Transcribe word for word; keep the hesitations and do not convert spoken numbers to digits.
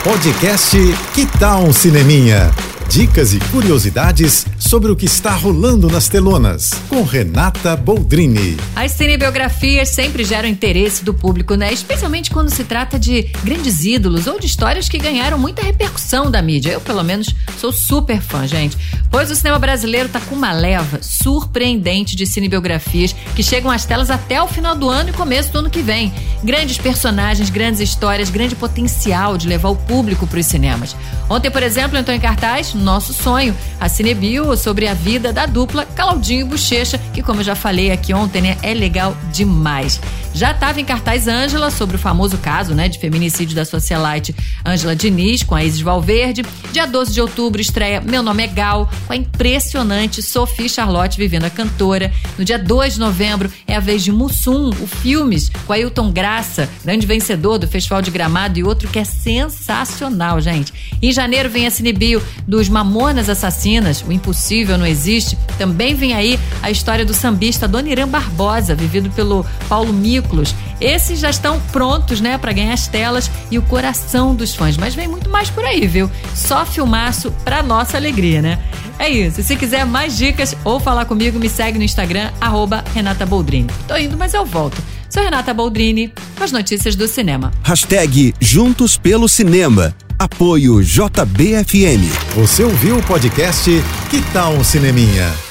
Podcast Que Tal um Cineminha? Dicas e curiosidades sobre o que está rolando nas telonas, com Renata Boldrini. As cinebiografias sempre geram interesse do público, né? Especialmente quando se trata de grandes ídolos ou de histórias que ganharam muita repercussão da mídia. Eu, pelo menos, sou super fã, gente. Pois o cinema brasileiro tá com uma leva surpreendente de cinebiografias que chegam às telas até o final do ano e começo do ano que vem. Grandes personagens, grandes histórias, grande potencial de levar o público para os cinemas. Ontem, por exemplo, entrou em cartaz Nosso Sonho, a cinebio sobre a vida da dupla Claudinho e Bochecha, que, como eu já falei aqui ontem, né, é legal demais. Já estava em cartaz Ângela, sobre o famoso caso, né, de feminicídio da socialite Ângela Diniz, com a Isis Valverde. Dia doze de outubro estreia Meu Nome é Gal, com a impressionante Sophie Charlotte vivendo a cantora. No dia dois de novembro é a vez de Mussum, o Filmes, com Ailton Graça, grande vencedor do Festival de Gramado, e outro que é sensacional, gente. Em janeiro vem a cinebio dos Mamonas Assassinas, O Impossível Não Existe. Também vem aí a história do sambista Adoniran Barbosa, vivido pelo Paulo Miklos. Esses já estão prontos, né, para ganhar as telas e o coração dos fãs. Mas vem muito mais por aí, viu? Só filmaço pra nossa alegria, né? É isso. Se quiser mais dicas ou falar comigo, me segue no Instagram, arroba Renata Boldrini. Tô indo, mas eu volto. Sou Renata Boldrini, com as notícias do cinema. Hashtag Juntos pelo Cinema. Apoio J B F M. Você ouviu o podcast Que Tal um Cineminha?